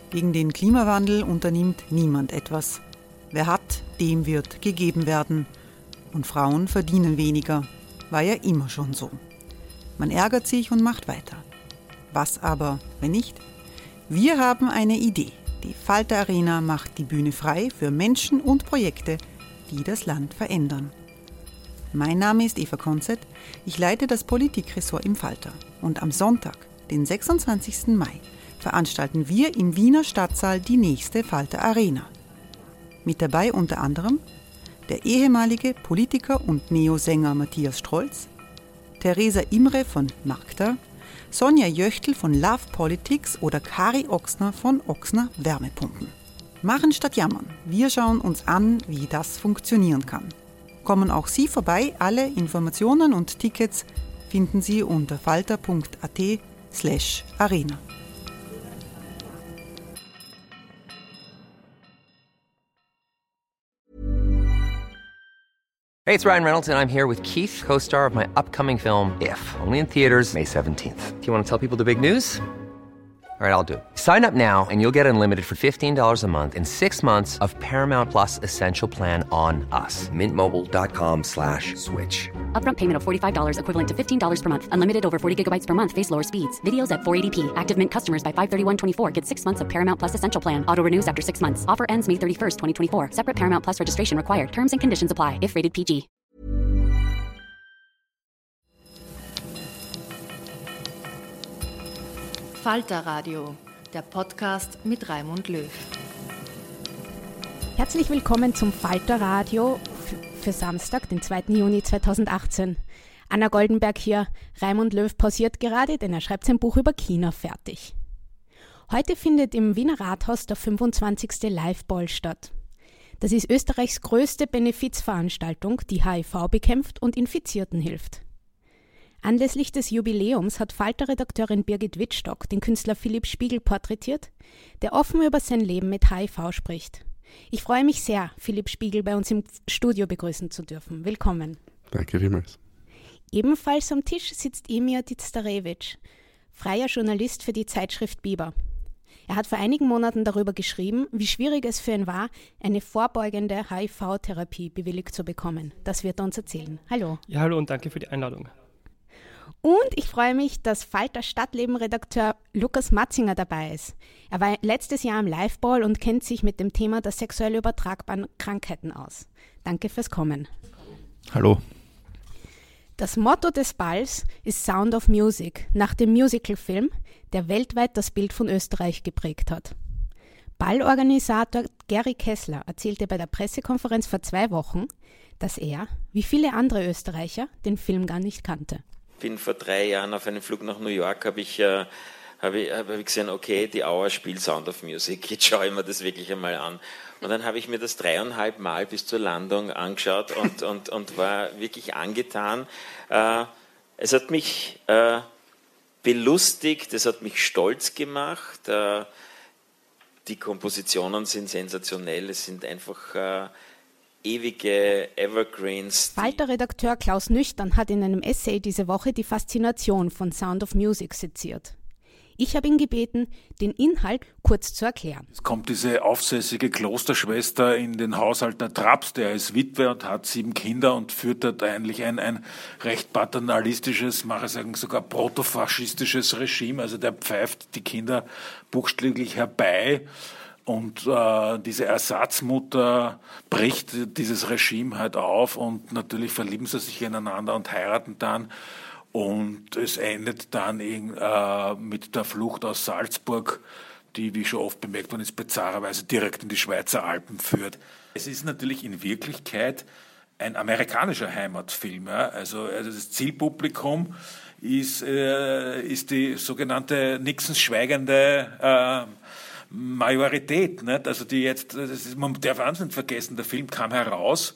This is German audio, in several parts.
Gegen den Klimawandel unternimmt niemand etwas. Wer hat, dem wird gegeben werden. Und Frauen verdienen weniger. War ja immer schon so. Man ärgert sich und macht weiter. Was aber, wenn nicht? Wir haben eine Idee. Die Falter Arena macht die Bühne frei für Menschen und Projekte, die das Land verändern. Mein Name ist Eva Konzett. Ich leite das Politikressort im Falter. Und am Sonntag, den 26. Mai, veranstalten wir im Wiener Stadtsaal die nächste Falter Arena. Mit dabei unter anderem der ehemalige Politiker und Neosänger Matthias Strolz, Theresa Imre von Magda, Sonja Jöchtl von Love Politics oder Kari Ochsner von Ochsner Wärmepumpen. Machen statt jammern. Wir schauen uns an, wie das funktionieren kann. Kommen auch Sie vorbei. Alle Informationen und Tickets finden Sie unter falter.at/arena. Hey, it's Ryan Reynolds, and I'm here with Keith, co-star of my upcoming film, If, only in theaters May 17th. Do you want to tell people the big news? All right, I'll do it. Sign up now and you'll get unlimited for $15 a month and 6 months of Paramount Plus Essential Plan on us. MintMobile.com/switch. Upfront payment of $45 equivalent to $15 per month. Unlimited over 40 gigabytes per month. Face lower speeds. Videos at 480p. Active Mint customers by 531.24 get 6 months of Paramount Plus Essential Plan. Auto renews after 6 months. Offer ends May 31st, 2024. Separate Paramount Plus registration required. Terms and conditions apply if rated PG. Falter Radio, der Podcast mit Raimund Löw. Herzlich willkommen zum Falter Radio für Samstag, den 2. Juni 2018. Anna Goldenberg hier. Raimund Löw pausiert gerade, denn er schreibt sein Buch über China fertig. Heute findet im Wiener Rathaus der 25. Live-Ball statt. Das ist Österreichs größte Benefizveranstaltung, die HIV bekämpft und Infizierten hilft. Anlässlich des Jubiläums hat Falter-Redakteurin Birgit Wittstock den Künstler Philipp Spiegel porträtiert, der offen über sein Leben mit HIV spricht. Ich freue mich sehr, Philipp Spiegel bei uns im Studio begrüßen zu dürfen. Willkommen. Danke vielmals. Ebenfalls am Tisch sitzt Emir Dizdarevic, freier Journalist für die Zeitschrift Biber. Er hat vor einigen Monaten darüber geschrieben, wie schwierig es für ihn war, eine vorbeugende HIV-Therapie bewilligt zu bekommen. Das wird er uns erzählen. Hallo. Ja, hallo und danke für die Einladung. Und ich freue mich, dass Falter Stadtleben-Redakteur Lukas Matzinger dabei ist. Er war letztes Jahr am Live-Ball und kennt sich mit dem Thema der sexuell übertragbaren Krankheiten aus. Danke fürs Kommen. Hallo. Das Motto des Balls ist Sound of Music, nach dem Musicalfilm, der weltweit das Bild von Österreich geprägt hat. Ballorganisator Gary Kessler erzählte bei der Pressekonferenz vor 2 Wochen, dass er, wie viele andere Österreicher, den Film gar nicht kannte. Bin vor 3 Jahren auf einem Flug nach New York, habe ich gesehen, okay, die Auer spielt Sound of Music, jetzt schaue ich mir das wirklich einmal an. Und dann habe ich mir das 3,5 Mal bis zur Landung angeschaut und war wirklich angetan. Es hat mich belustigt, es hat mich stolz gemacht. Die Kompositionen sind sensationell, es sind einfach ewige Evergreens. Falter-Redakteur Klaus Nüchtern hat in einem Essay diese Woche die Faszination von Sound of Music seziert. Ich habe ihn gebeten, den Inhalt kurz zu erklären. Es kommt diese aufsässige Klosterschwester in den Haushalt der Trapps, der ist Witwe und hat 7 Kinder und führt dort eigentlich ein recht paternalistisches, mache ich sagen sogar protofaschistisches Regime. Also der pfeift die Kinder buchstäblich herbei. Und diese Ersatzmutter bricht dieses Regime halt auf und natürlich verlieben sie sich ineinander und heiraten dann. Und es endet dann mit der Flucht aus Salzburg, die, wie schon oft bemerkt worden ist, bizarrerweise direkt in die Schweizer Alpen führt. Es ist natürlich in Wirklichkeit ein amerikanischer Heimatfilm. Ja? Also das Zielpublikum ist die sogenannte Nixons schweigende Majorität, nicht? Also man darf eins nicht vergessen, der Film kam heraus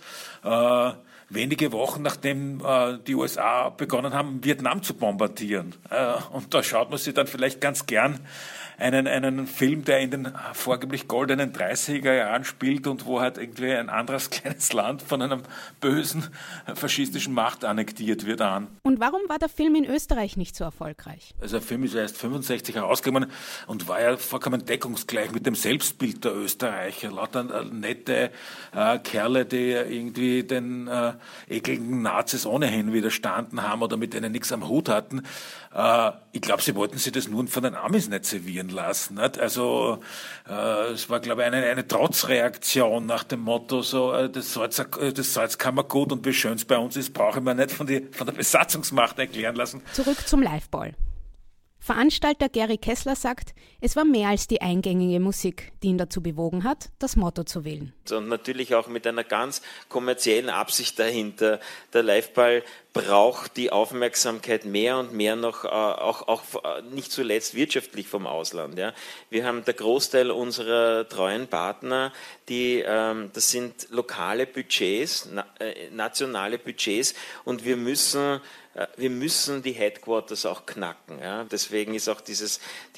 wenige Wochen nachdem die USA begonnen haben, Vietnam zu bombardieren. Und da schaut man sich dann vielleicht ganz gern einen Film, der in den vorgeblich goldenen 30er Jahren spielt und wo halt irgendwie ein anderes kleines Land von einem bösen faschistischen Macht annektiert wird an. Und warum war der Film in Österreich nicht so erfolgreich? Also der Film ist ja erst 65 herausgekommen und war ja vollkommen deckungsgleich mit dem Selbstbild der Österreicher. Lauter nette Kerle, die irgendwie den ekligen Nazis ohnehin widerstanden haben oder mit denen nichts am Hut hatten. Ich glaube, sie wollten sich das nur von den Amis nicht servieren lassen. Nicht? Also es war, glaube ich, eine Trotzreaktion nach dem Motto, so das Salz kann man gut und wie schön es bei uns ist, brauche ich mir nicht von der Besatzungsmacht erklären lassen. Zurück zum Liveball. Veranstalter Gary Kessler sagt, es war mehr als die eingängige Musik, die ihn dazu bewogen hat, das Motto zu wählen. Und natürlich auch mit einer ganz kommerziellen Absicht dahinter. Der Liveball braucht die Aufmerksamkeit mehr und mehr noch, auch nicht zuletzt wirtschaftlich vom Ausland. Ja. Wir haben der Großteil unserer treuen Partner, das sind lokale Budgets, nationale Budgets, und wir müssen die Headquarters auch knacken. Ja. Deswegen ist auch dieses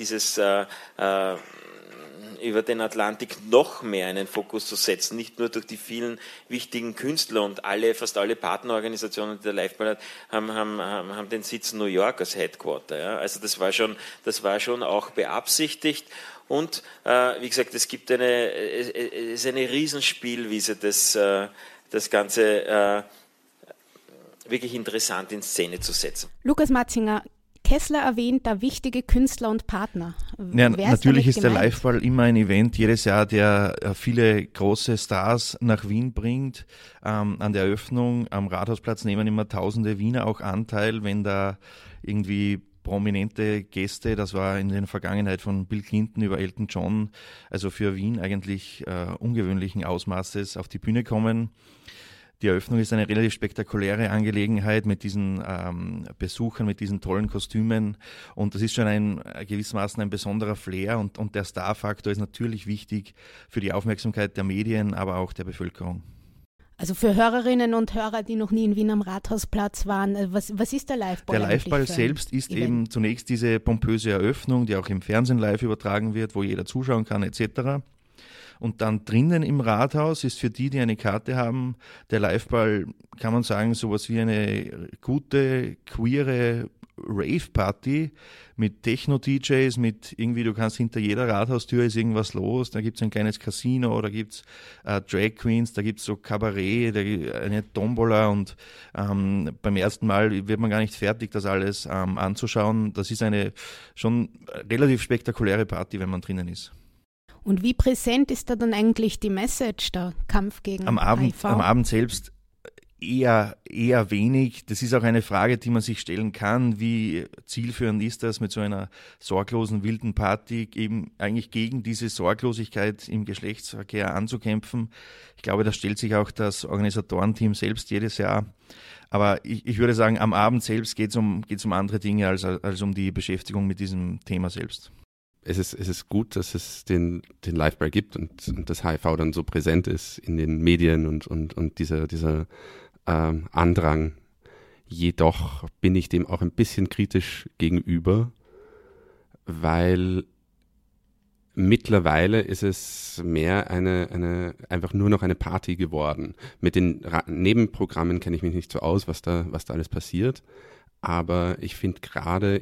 über den Atlantik noch mehr einen Fokus zu setzen, nicht nur durch die vielen wichtigen Künstler, und fast alle Partnerorganisationen, die der Liveball hat, haben den Sitz in New York als Headquarter. Ja. Also das war schon auch beabsichtigt. Und wie gesagt, es ist eine Riesenspielwiese, das Ganze wirklich interessant in Szene zu setzen. Lukas Matzinger, Kessler erwähnt da wichtige Künstler und Partner. Ja, natürlich ist der Liveball immer ein Event jedes Jahr, der viele große Stars nach Wien bringt. An der Eröffnung am Rathausplatz nehmen immer tausende Wiener auch Anteil, wenn da irgendwie prominente Gäste, das war in der Vergangenheit von Bill Clinton über Elton John, also für Wien eigentlich ungewöhnlichen Ausmaßes auf die Bühne kommen. Die Eröffnung ist eine relativ spektakuläre Angelegenheit mit diesen Besuchern, mit diesen tollen Kostümen, und das ist schon gewissermaßen ein besonderer Flair, und der Star-Faktor ist natürlich wichtig für die Aufmerksamkeit der Medien, aber auch der Bevölkerung. Also für Hörerinnen und Hörer, die noch nie in Wien am Rathausplatz waren, was ist der Liveball? Der Liveball selbst ist eben zunächst diese pompöse Eröffnung, die auch im Fernsehen live übertragen wird, wo jeder zuschauen kann etc. Und dann drinnen im Rathaus ist für die eine Karte haben, der Liveball, kann man sagen, sowas wie eine gute, queere Rave-Party mit Techno-DJs, mit irgendwie, du kannst hinter jeder Rathaustür ist irgendwas los, da gibt es ein kleines Casino, da gibt es Drag Queens, da gibt es so Kabarett, eine Tombola, und beim ersten Mal wird man gar nicht fertig, das alles anzuschauen. Das ist eine schon relativ spektakuläre Party, wenn man drinnen ist. Und wie präsent ist da dann eigentlich die Message, der Kampf gegen HIV? Am Abend selbst eher wenig. Das ist auch eine Frage, die man sich stellen kann. Wie zielführend ist das, mit so einer sorglosen, wilden Party eben eigentlich gegen diese Sorglosigkeit im Geschlechtsverkehr anzukämpfen? Ich glaube, das stellt sich auch das Organisatorenteam selbst jedes Jahr. Aber ich würde sagen, am Abend selbst geht es um andere Dinge als um die Beschäftigung mit diesem Thema selbst. Es ist gut, dass es den Liveball gibt und das HIV dann so präsent ist in den Medien und dieser Andrang. Jedoch bin ich dem auch ein bisschen kritisch gegenüber, weil mittlerweile ist es mehr einfach nur noch eine Party geworden. Mit den Nebenprogrammen kenne ich mich nicht so aus, was da alles passiert. Aber ich finde gerade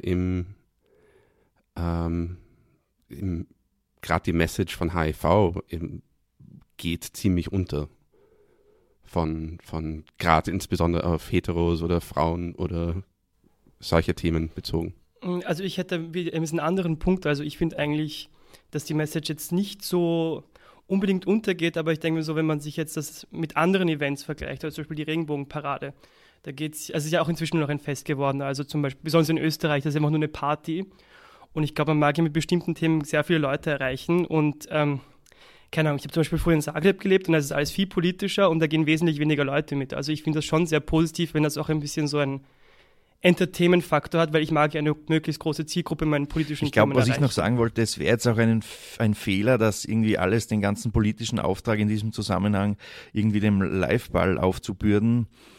gerade die Message von HIV geht ziemlich unter. Von gerade insbesondere auf Heteros oder Frauen oder solche Themen bezogen. Also ich hätte einen anderen Punkt. Also ich finde eigentlich, dass die Message jetzt nicht so unbedingt untergeht, aber ich denke mir so, wenn man sich jetzt das mit anderen Events vergleicht, also zum Beispiel die Regenbogenparade, da geht's, also ist ja auch inzwischen noch ein Fest geworden, also zum Beispiel, besonders in Österreich, das ist einfach nur eine Party. Und ich glaube, man mag ja mit bestimmten Themen sehr viele Leute erreichen. Und keine Ahnung, ich habe zum Beispiel früher in Zagreb gelebt und da ist alles viel politischer und da gehen wesentlich weniger Leute mit. Also ich finde das schon sehr positiv, wenn das auch ein bisschen so ein Entertainment-Faktor hat, weil ich mag ja eine möglichst große Zielgruppe in meinen politischen Themen erreichen. Ich glaube, was ich noch sagen wollte, es wäre jetzt auch ein Fehler, dass irgendwie alles, den ganzen politischen Auftrag in diesem Zusammenhang irgendwie dem Liveball aufzubürden.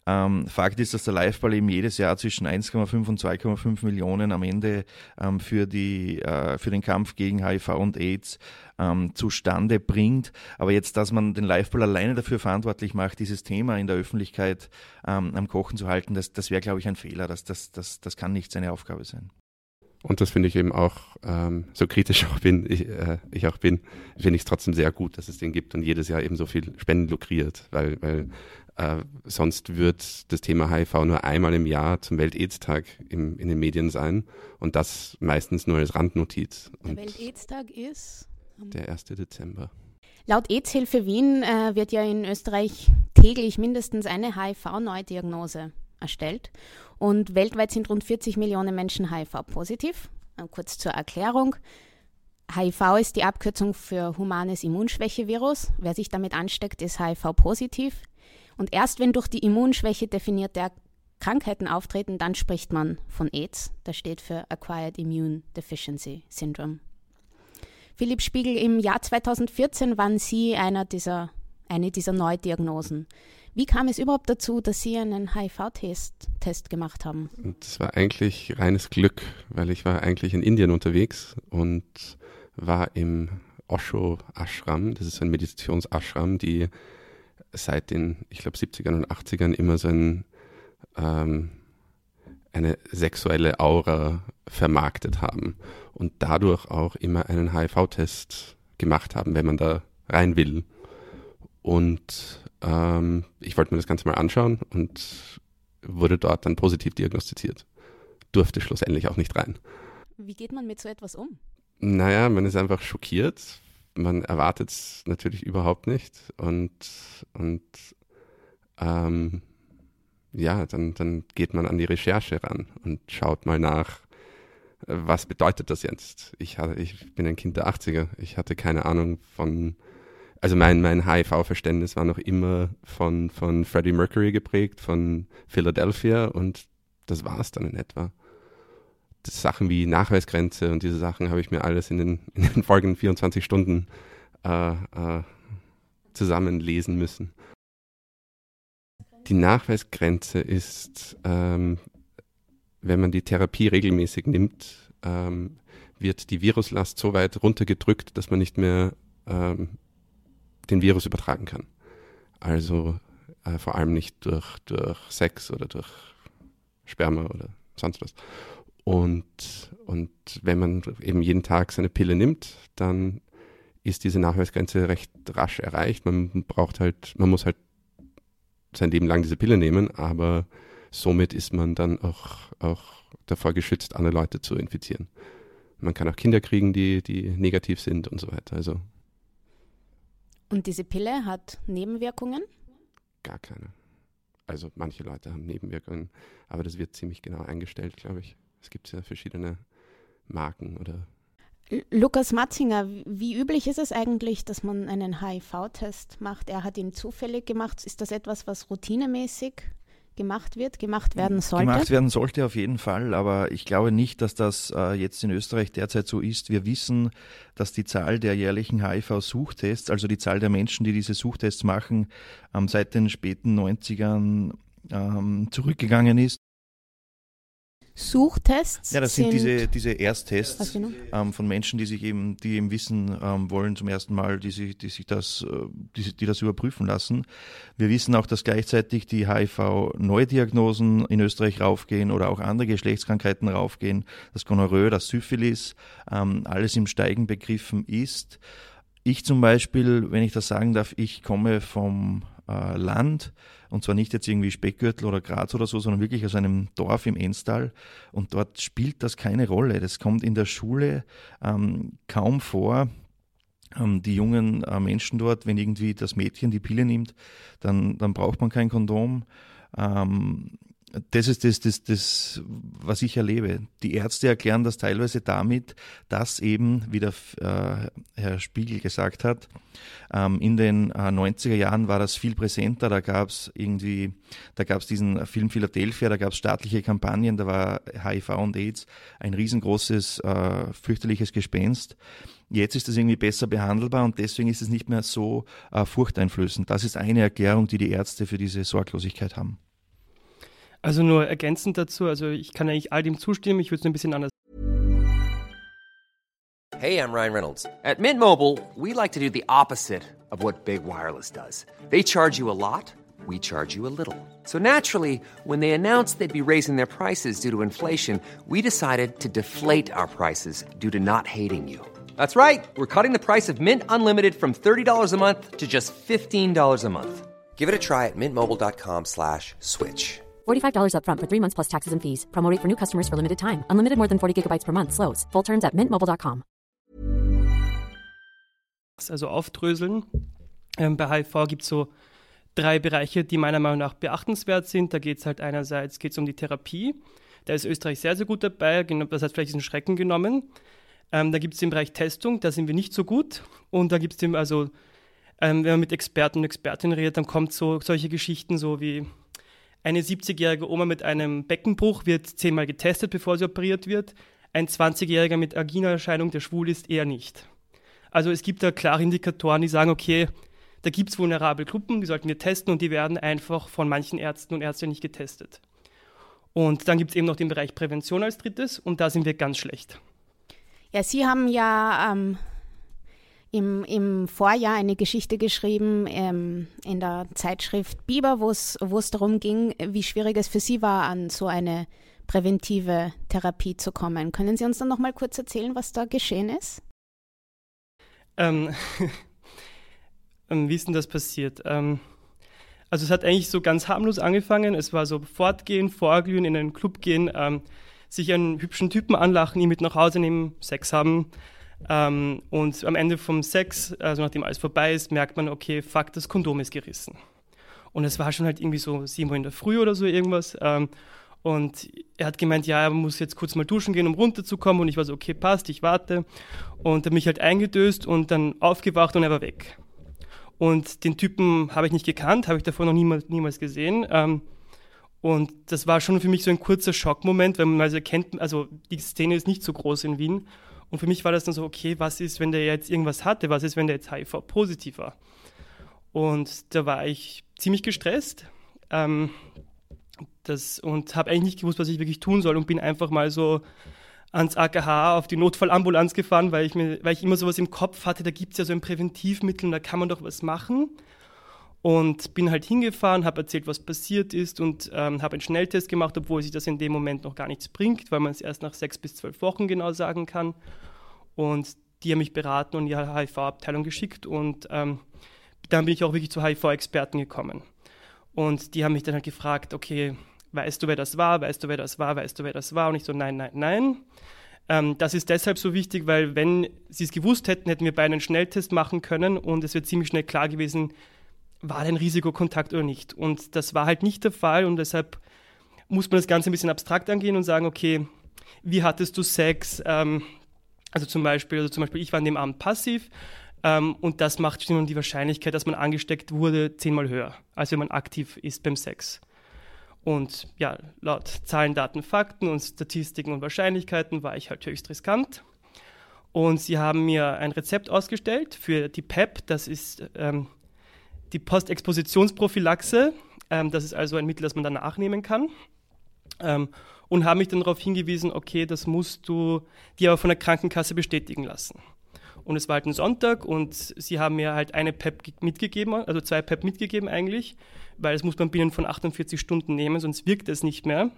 Fakt ist, dass der Liveball eben jedes Jahr zwischen 1,5 und 2,5 Millionen am Ende für den Kampf gegen HIV und AIDS zustande bringt. Aber jetzt, dass man den Liveball alleine dafür verantwortlich macht, dieses Thema in der Öffentlichkeit am Kochen zu halten, das wäre, glaube ich, ein Fehler. Das kann nicht seine Aufgabe sein. Und das finde ich eben auch, so kritisch auch finde ich es trotzdem sehr gut, dass es den gibt und jedes Jahr eben so viel Spenden lukriert, weil sonst wird das Thema HIV nur einmal im Jahr zum Welt-AIDS-Tag in den Medien sein und das meistens nur als Randnotiz. Der Welt-AIDS-Tag ist? Der 1. Dezember. Laut AIDS-Hilfe Wien wird ja in Österreich täglich mindestens eine HIV-Neudiagnose erstellt. Und weltweit sind rund 40 Millionen Menschen HIV-positiv. Kurz zur Erklärung. HIV ist die Abkürzung für humanes Immunschwächevirus. Wer sich damit ansteckt, ist HIV-positiv. Und erst wenn durch die Immunschwäche definierte Krankheiten auftreten, dann spricht man von AIDS. Das steht für Acquired Immune Deficiency Syndrome. Philipp Spiegel, im Jahr 2014 waren Sie eine dieser Neudiagnosen. Wie kam es überhaupt dazu, dass Sie einen HIV-Test gemacht haben? Das war eigentlich reines Glück, weil ich war eigentlich in Indien unterwegs und war im Osho Ashram. Das ist ein Meditationsashram, die seit den, ich glaube, 70ern und 80ern immer so eine sexuelle Aura vermarktet haben und dadurch auch immer einen HIV-Test gemacht haben, wenn man da rein will. Und ich wollte mir das Ganze mal anschauen und wurde dort dann positiv diagnostiziert. Durfte schlussendlich auch nicht rein. Wie geht man mit so etwas um? Naja, man ist einfach schockiert. Man erwartet es natürlich überhaupt nicht. Und dann geht man an die Recherche ran und schaut mal nach, was bedeutet das jetzt? Ich bin ein Kind der 80er. Ich hatte keine Ahnung also mein HIV-Verständnis war noch immer von Freddie Mercury geprägt, von Philadelphia und das war es dann in etwa. Das Sachen wie Nachweisgrenze und diese Sachen habe ich mir alles in den folgenden 24 Stunden zusammenlesen müssen. Die Nachweisgrenze ist, wenn man die Therapie regelmäßig nimmt, wird die Viruslast so weit runtergedrückt, dass man nicht mehr den Virus übertragen kann. Also vor allem nicht durch Sex oder durch Sperma oder sonst was. Und wenn man eben jeden Tag seine Pille nimmt, dann ist diese Nachweisgrenze recht rasch erreicht. Man muss halt sein Leben lang diese Pille nehmen, aber somit ist man dann auch davor geschützt, andere Leute zu infizieren. Man kann auch Kinder kriegen, die negativ sind und so weiter. Also und diese Pille hat Nebenwirkungen? Gar keine. Also manche Leute haben Nebenwirkungen, aber das wird ziemlich genau eingestellt, glaube ich. Es gibt ja verschiedene Marken oder. Lukas Matzinger, wie üblich ist es eigentlich, dass man einen HIV-Test macht? Er hat ihn zufällig gemacht. Ist das etwas, was routinemäßig gemacht werden sollte? Gemacht werden sollte auf jeden Fall, aber ich glaube nicht, dass das jetzt in Österreich derzeit so ist. Wir wissen, dass die Zahl der jährlichen HIV-Suchtests, also die Zahl der Menschen, die diese Suchtests machen, seit den späten 90ern zurückgegangen ist. Suchtests? Ja, das sind diese Ersttests genau? Von Menschen, die eben wissen wollen zum ersten Mal, die das überprüfen lassen. Wir wissen auch, dass gleichzeitig die HIV-Neudiagnosen in Österreich raufgehen oder auch andere Geschlechtskrankheiten raufgehen. Das Gonorrhoe, das Syphilis, alles im Steigen begriffen ist. Ich zum Beispiel, wenn ich das sagen darf, ich komme vom Land, und zwar nicht jetzt irgendwie Speckgürtel oder Graz oder so, sondern wirklich aus einem Dorf im Enstal, und dort spielt das keine Rolle. Das kommt in der Schule kaum vor. Die jungen Menschen dort, wenn irgendwie das Mädchen die Pille nimmt, dann braucht man kein Kondom. Das ist das, was ich erlebe. Die Ärzte erklären das teilweise damit, dass eben, wie der Herr Spiegel gesagt hat, in den 90er Jahren war das viel präsenter. Da gab es diesen Film Philadelphia, da gab es staatliche Kampagnen, da war HIV und AIDS ein riesengroßes, fürchterliches Gespenst. Jetzt ist es irgendwie besser behandelbar und deswegen ist es nicht mehr so furchteinflößend. Das ist eine Erklärung, die Ärzte für diese Sorglosigkeit haben. Also nur ergänzend dazu, also ich kann eigentlich all dem zustimmen, ich würde es ein bisschen anders. Hey, I'm Ryan Reynolds. At Mint Mobile, we like to do the opposite of what Big Wireless does. They charge you a lot, we charge you a little. So naturally, when they announced they'd be raising their prices due to inflation, we decided to deflate our prices due to not hating you. That's right. We're cutting the price of Mint Unlimited from $30 a month to just $15 a month. Give it a try at mintmobile.com/switch. $45 up front for 3 months plus taxes and fees. Promo rate for new customers for limited time. Unlimited more than 40 gigabytes per month. Slows full terms at mintmobile.com. Also aufdröseln. Bei HIV gibt es so 3 Bereiche, die meiner Meinung nach beachtenswert sind. Da geht es halt einerseits um die Therapie. Da ist Österreich sehr, sehr gut dabei. Das hat vielleicht diesen Schrecken genommen. Da gibt es den Bereich Testung, da sind wir nicht so gut. Und da gibt es wenn man mit Experten und Expertinnen redet, dann kommt solche Geschichten so wie eine 70-jährige Oma mit einem Beckenbruch wird 10-mal getestet, bevor sie operiert wird. Ein 20-Jähriger mit Angina-Erscheinung, der schwul ist, eher nicht. Also es gibt da klare Indikatoren, die sagen, okay, da gibt es vulnerable Gruppen, die sollten wir testen und die werden einfach von manchen Ärzten und Ärztinnen nicht getestet. Und dann gibt es eben noch den Bereich Prävention als drittes und da sind wir ganz schlecht. Ja, Sie haben ja im Vorjahr eine Geschichte geschrieben in der Zeitschrift Biber, wo es darum ging, wie schwierig es für Sie war, an so eine präventive Therapie zu kommen. Können Sie uns dann noch mal kurz erzählen, was da geschehen ist? Wie ist denn das passiert? Also es hat eigentlich so ganz harmlos angefangen. Es war so fortgehen, vorglühen, in einen Club gehen, sich einen hübschen Typen anlachen, ihn mit nach Hause nehmen, Sex haben. Und am Ende vom Sex, also nachdem alles vorbei ist, merkt man, okay, fuck, das Kondom ist gerissen. Und es war schon halt irgendwie so 7 Uhr in der Früh oder so irgendwas. Und er hat gemeint, ja, er muss jetzt kurz mal duschen gehen, um runterzukommen. Und ich war so, okay, passt, ich warte. Und dann bin ich halt eingedöst und dann aufgewacht und er war weg. Und den Typen habe ich nicht gekannt, habe ich davor noch niemals gesehen. Und das war schon für mich so ein kurzer Schockmoment, weil man also erkennt, also die Szene ist nicht so groß in Wien. Und für mich war das dann so, okay, was ist, wenn der jetzt irgendwas hatte? Was ist, wenn der jetzt HIV-positiv war? Und da war ich ziemlich gestresst und habe eigentlich nicht gewusst, was ich wirklich tun soll und bin einfach mal so ans AKH auf die Notfallambulanz gefahren, weil ich immer sowas im Kopf hatte, da gibt es ja so ein Präventivmittel und da kann man doch was machen. Und bin halt hingefahren, habe erzählt, was passiert ist und habe einen Schnelltest gemacht, obwohl sich das in dem Moment noch gar nichts bringt, weil man es erst nach 6 bis 12 Wochen genau sagen kann. Und die haben mich beraten und in die HIV-Abteilung geschickt und dann bin ich auch wirklich zu HIV-Experten gekommen. Und die haben mich dann halt gefragt, okay, weißt du, wer das war? Weißt du, wer das war? Weißt du, wer das war? Und ich so, nein. Das ist deshalb so wichtig, weil wenn sie es gewusst hätten, hätten wir beide einen Schnelltest machen können und es wäre ziemlich schnell klar gewesen, war ein Risikokontakt oder nicht. Und das war halt nicht der Fall und deshalb muss man das Ganze ein bisschen abstrakt angehen und sagen, okay, wie hattest du Sex? Also zum Beispiel, ich war an dem Abend passiv und das macht schon die Wahrscheinlichkeit, dass man angesteckt wurde, 10-mal höher, als wenn man aktiv ist beim Sex. Und ja, laut Zahlen, Daten, Fakten und Statistiken und Wahrscheinlichkeiten war ich halt höchst riskant. Und sie haben mir ein Rezept ausgestellt für die PEP, das ist die Postexpositionsprophylaxe, das ist also ein Mittel, das man danach nehmen kann. Und haben mich dann darauf hingewiesen, okay, das musst du dir aber von der Krankenkasse bestätigen lassen. Und es war halt ein Sonntag und sie haben mir halt eine PEP mitgegeben, also 2 PEP mitgegeben eigentlich, weil das muss man binnen von 48 Stunden nehmen, sonst wirkt es nicht mehr.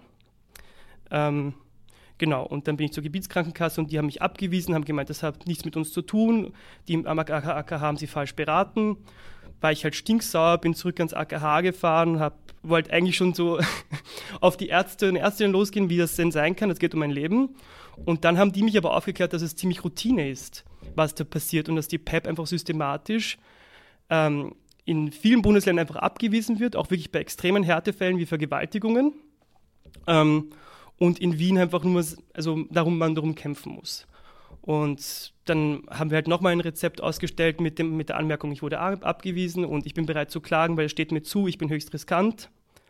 Genau, und dann bin ich zur Gebietskrankenkasse und die haben mich abgewiesen, haben gemeint, das hat nichts mit uns zu tun, die am AKH haben sie falsch beraten. War ich halt stinksauer, bin zurück ans AKH gefahren, wollte eigentlich schon so auf die Ärzte und Ärztinnen losgehen, wie das denn sein kann, das geht um mein Leben. Und dann haben die mich aber aufgeklärt, dass es ziemlich Routine ist, was da passiert und dass die PEP einfach systematisch in vielen Bundesländern einfach abgewiesen wird, auch wirklich bei extremen Härtefällen wie Vergewaltigungen. Und in Wien einfach nur, also man darum kämpfen muss. Und dann haben wir halt nochmal ein Rezept ausgestellt mit der Anmerkung, ich wurde abgewiesen und ich bin bereit zu klagen, weil es steht mir zu, ich bin höchst riskant.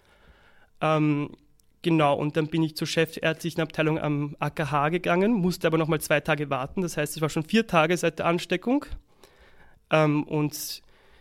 Genau, und dann bin ich zur chefärztlichen Abteilung am AKH gegangen, musste aber nochmal 2 Tage warten. Das heißt, es war schon 4 Tage seit der Ansteckung. Und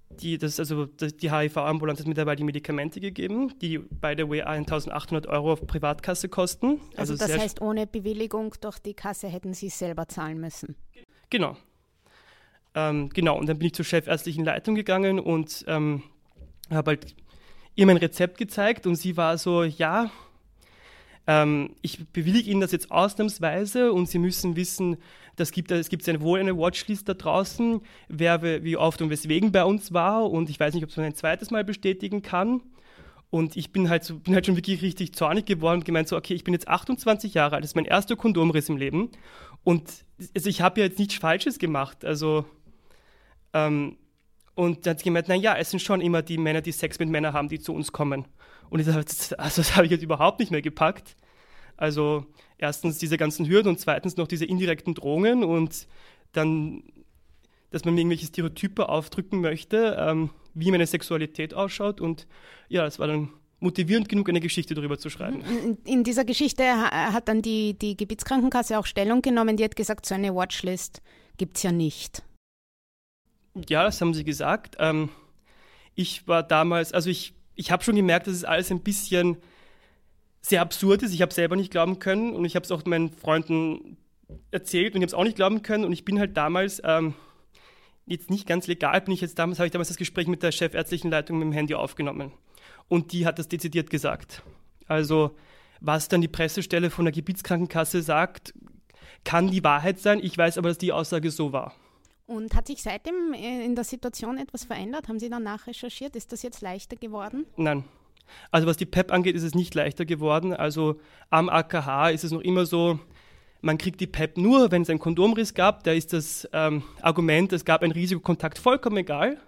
die HIV-Ambulanz hat mittlerweile die Medikamente gegeben, die by the way 1.800 € auf Privatkasse kosten. Also das heißt, ohne Bewilligung durch die Kasse hätten Sie es selber zahlen müssen? Genau. Genau, und dann bin ich zur chefärztlichen Leitung gegangen und habe halt ihr mein Rezept gezeigt und sie war so, ja, ich bewillige Ihnen das jetzt ausnahmsweise und Sie müssen wissen, es gibt wohl eine Watchlist da draußen, wer wie oft und weswegen bei uns war und ich weiß nicht, ob es man ein zweites Mal bestätigen kann. Und ich bin halt schon wirklich richtig zornig geworden und gemeint so, okay, ich bin jetzt 28 Jahre alt, das ist mein erster Kondomriss im Leben und also ich habe ja jetzt nichts Falsches gemacht, also und dann hat sie gemeint, naja, es sind schon immer die Männer, die Sex mit Männern haben, die zu uns kommen. Und das habe ich jetzt überhaupt nicht mehr gepackt. Also erstens diese ganzen Hürden und zweitens noch diese indirekten Drohungen und dann, dass man mir irgendwelche Stereotype aufdrücken möchte, wie meine Sexualität ausschaut. Und ja, das war dann motivierend genug, eine Geschichte darüber zu schreiben. In dieser Geschichte hat dann die Gebietskrankenkasse auch Stellung genommen. Die hat gesagt, so eine Watchlist gibt es ja nicht. Ja, das haben sie gesagt. Ich war damals, also ich habe schon gemerkt, dass es alles ein bisschen sehr absurd ist. Ich habe es selber nicht glauben können und ich habe es auch meinen Freunden erzählt und ich habe es auch nicht glauben können. Und ich bin halt damals, jetzt nicht ganz legal, habe ich damals das Gespräch mit der chefärztlichen Leitung mit dem Handy aufgenommen. Und die hat das dezidiert gesagt. Also was dann die Pressestelle von der Gebietskrankenkasse sagt, kann die Wahrheit sein. Ich weiß aber, dass die Aussage so war. Und hat sich seitdem in der Situation etwas verändert? Haben Sie danach recherchiert? Ist das jetzt leichter geworden? Nein. Also was die PEP angeht, ist es nicht leichter geworden. Also am AKH ist es noch immer so, man kriegt die PEP nur, wenn es einen Kondomriss gab. Da ist das Argument, es gab einen Risikokontakt, vollkommen egal.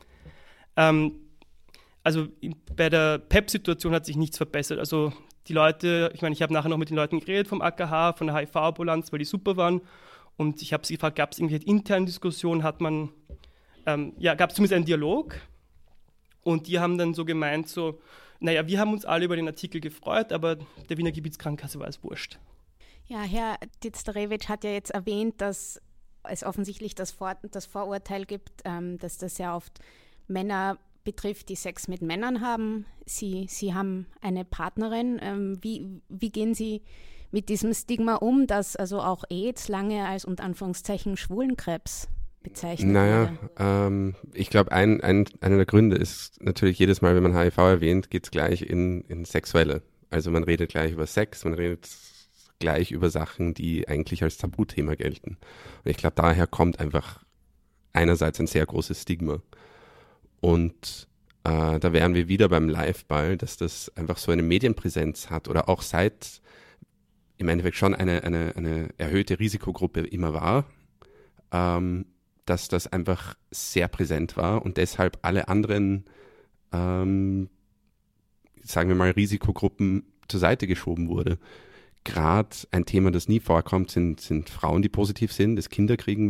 Also bei der PEP-Situation hat sich nichts verbessert. Also die Leute, ich meine, ich habe nachher noch mit den Leuten geredet vom AKH, von der HIV-Ambulanz, weil die super waren. Und ich habe sie gefragt, gab es irgendwelche internen Diskussionen, gab es zumindest einen Dialog? Und die haben dann so gemeint, so, naja, wir haben uns alle über den Artikel gefreut, aber der Wiener Gebietskrankenkasse war es wurscht. Ja, Herr Dizderewitsch hat ja jetzt erwähnt, dass es offensichtlich das Vorurteil gibt, dass das sehr oft Männer betrifft, die Sex mit Männern haben. Sie haben eine Partnerin. Wie gehen Sie mit diesem Stigma dass also auch AIDS lange als unter Anführungszeichen Schwulenkrebs bezeichnet wurde? Ich glaube, einer der Gründe ist natürlich jedes Mal, wenn man HIV erwähnt, geht es gleich in Sexuelle. Also man redet gleich über Sex, man redet gleich über Sachen, die eigentlich als Tabuthema gelten. Und ich glaube, daher kommt einfach einerseits ein sehr großes Stigma. Und da wären wir wieder beim Liveball, dass das einfach so eine Medienpräsenz hat oder auch seit im Endeffekt schon eine erhöhte Risikogruppe immer war, dass das einfach sehr präsent war und deshalb alle anderen, sagen wir mal, Risikogruppen zur Seite geschoben wurde. Gerade ein Thema, das nie vorkommt, sind Frauen, die positiv sind, das Kinder kriegen,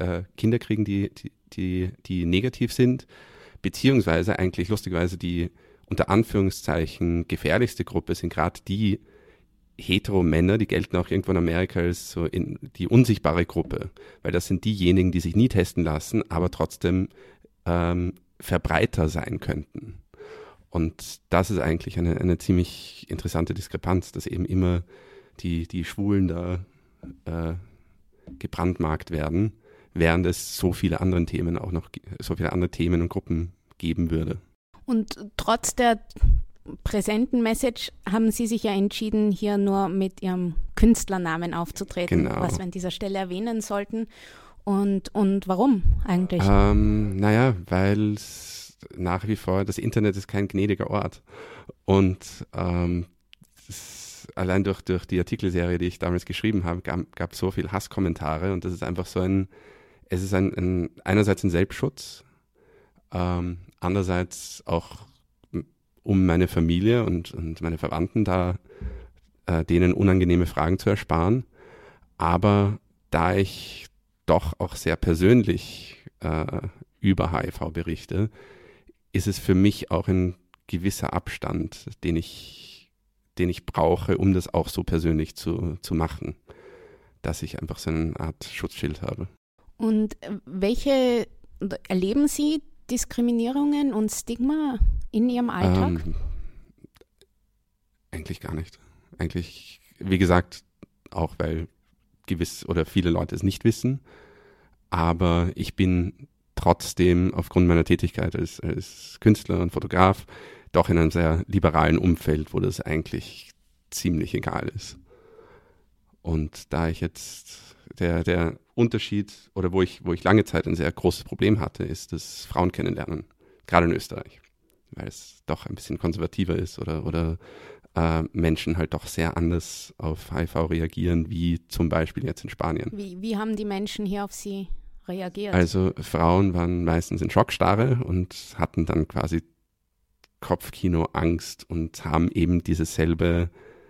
die negativ sind, beziehungsweise eigentlich lustigerweise die unter Anführungszeichen gefährlichste Gruppe sind gerade die Hetero-Männer, die gelten auch irgendwo in Amerika als so die unsichtbare Gruppe, weil das sind diejenigen, die sich nie testen lassen, aber trotzdem Verbreiter sein könnten. Und das ist eigentlich eine ziemlich interessante Diskrepanz, dass eben immer die Schwulen da gebrandmarkt werden, während es so viele andere Themen und Gruppen geben würde. Und trotz der präsenten Message haben Sie sich ja entschieden, hier nur mit Ihrem Künstlernamen aufzutreten, genau. Was wir an dieser Stelle erwähnen sollten. Und warum eigentlich? Weil nach wie vor das Internet ist kein gnädiger Ort. Und allein durch die Artikelserie, die ich damals geschrieben habe, gab es so viel Hasskommentare und das ist einfach so einerseits ein Selbstschutz, andererseits auch um meine Familie und meine Verwandten denen unangenehme Fragen zu ersparen. Aber da ich doch auch sehr persönlich über HIV berichte, ist es für mich auch ein gewisser Abstand, den ich brauche, um das auch so persönlich zu machen, dass ich einfach so eine Art Schutzschild habe. Und welche erleben Sie Diskriminierungen und Stigma in Ihrem Alltag? Eigentlich gar nicht. Eigentlich, wie gesagt, auch weil viele Leute es nicht wissen, aber ich bin trotzdem aufgrund meiner Tätigkeit als Künstler und Fotograf doch in einem sehr liberalen Umfeld, wo das eigentlich ziemlich egal ist. Und da ich jetzt der Unterschied oder wo ich lange Zeit ein sehr großes Problem hatte, ist das Frauen kennenlernen, gerade in Österreich, weil es doch ein bisschen konservativer ist oder Menschen halt doch sehr anders auf HIV reagieren, wie zum Beispiel jetzt in Spanien. Wie haben die Menschen hier auf Sie reagiert? Also Frauen waren meistens in Schockstarre und hatten dann quasi Kopfkino, Angst und haben eben dieselben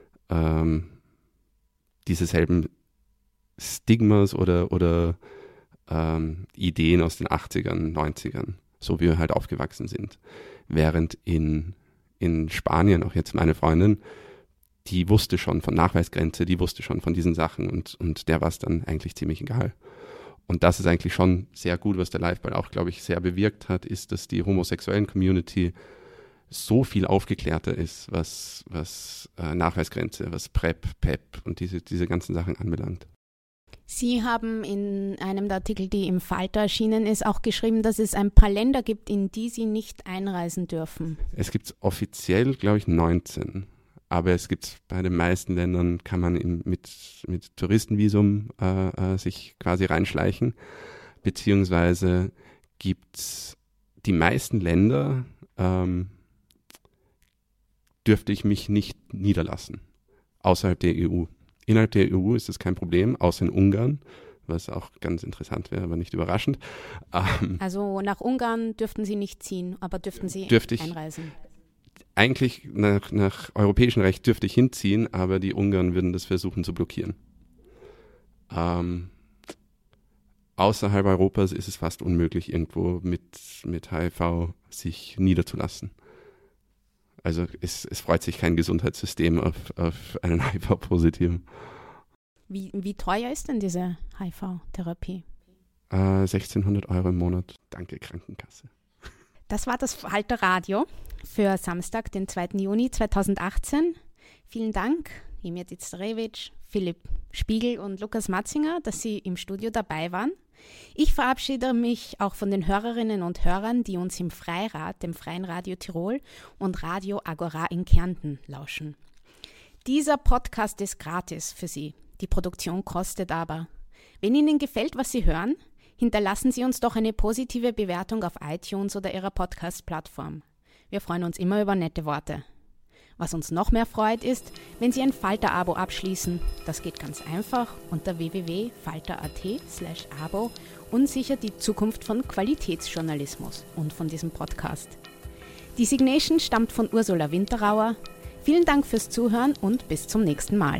Stigmas oder Ideen aus den 80ern, 90ern, so wie wir halt aufgewachsen sind. Während in Spanien, auch jetzt meine Freundin, die wusste schon von Nachweisgrenze, die wusste schon von diesen Sachen und der war es dann eigentlich ziemlich egal. Und das ist eigentlich schon sehr gut, was der Liveball auch, glaube ich, sehr bewirkt hat, ist, dass die homosexuellen Community so viel aufgeklärter ist, was Nachweisgrenze, was PrEP, PEP und diese ganzen Sachen anbelangt. Sie haben in einem der Artikel, die im Falter erschienen ist, auch geschrieben, dass es ein paar Länder gibt, in die Sie nicht einreisen dürfen. Es gibt offiziell, glaube ich, 19. Aber es gibt bei den meisten Ländern, kann man mit Touristenvisum sich quasi reinschleichen. Beziehungsweise gibt es die meisten Länder, dürfte ich mich nicht niederlassen, außerhalb der EU. Innerhalb der EU ist es kein Problem, außer in Ungarn, was auch ganz interessant wäre, aber nicht überraschend. Also nach Ungarn dürften Sie nicht ziehen, aber dürften Sie einreisen? Eigentlich nach europäischem Recht dürfte ich hinziehen, aber die Ungarn würden das versuchen zu blockieren. Außerhalb Europas ist es fast unmöglich, irgendwo mit HIV sich niederzulassen. Also es freut sich kein Gesundheitssystem auf einen HIV-Positiven. Wie teuer ist denn diese HIV-Therapie? 1.600 € im Monat. Danke, Krankenkasse. Das war das Falter Radio für Samstag, den 2. Juni 2018. Vielen Dank, Emir Dizdarevic, Philipp Spiegel und Lukas Matzinger, dass Sie im Studio dabei waren. Ich verabschiede mich auch von den Hörerinnen und Hörern, die uns im Freirad, dem Freien Radio Tirol und Radio Agora in Kärnten lauschen. Dieser Podcast ist gratis für Sie. Die Produktion kostet aber. Wenn Ihnen gefällt, was Sie hören, hinterlassen Sie uns doch eine positive Bewertung auf iTunes oder Ihrer Podcast-Plattform. Wir freuen uns immer über nette Worte. Was uns noch mehr freut, ist, wenn Sie ein Falter-Abo abschließen. Das geht ganz einfach unter www.falter.at/abo und sichert die Zukunft von Qualitätsjournalismus und von diesem Podcast. Die Signation stammt von Ursula Winterauer. Vielen Dank fürs Zuhören und bis zum nächsten Mal.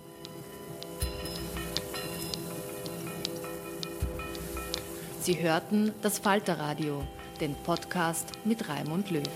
Sie hörten das Falter-Radio, den Podcast mit Raimund Löw.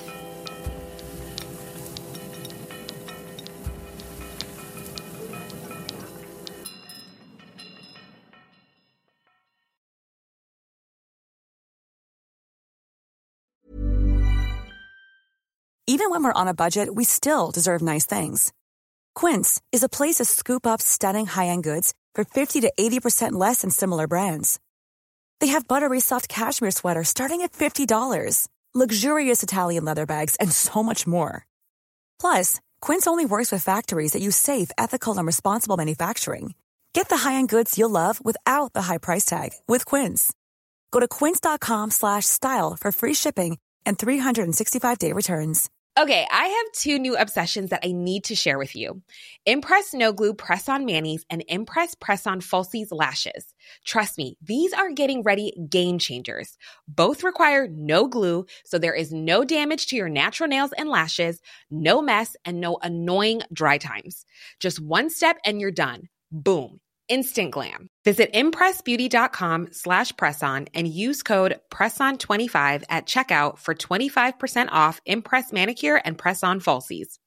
Even when we're on a budget, we still deserve nice things. Quince is a place to scoop up stunning high-end goods for 50 to 80% less than similar brands. They have buttery soft cashmere sweaters starting at $50, luxurious Italian leather bags, and so much more. Plus, Quince only works with factories that use safe, ethical, and responsible manufacturing. Get the high-end goods you'll love without the high price tag with Quince. Go to quince.com/style for free shipping and 365-day returns. Okay, I have two new obsessions that I need to share with you. Impress No Glue Press-On Manis and Impress Press-On Falsies Lashes. Trust me, these are getting ready game changers. Both require no glue, so there is no damage to your natural nails and lashes, no mess, and no annoying dry times. Just one step and you're done. Boom. Instant glam. Visit impressbeauty.com/presson and use code PRESSON25 at checkout for 25% off Impress Manicure and Press-On Falsies.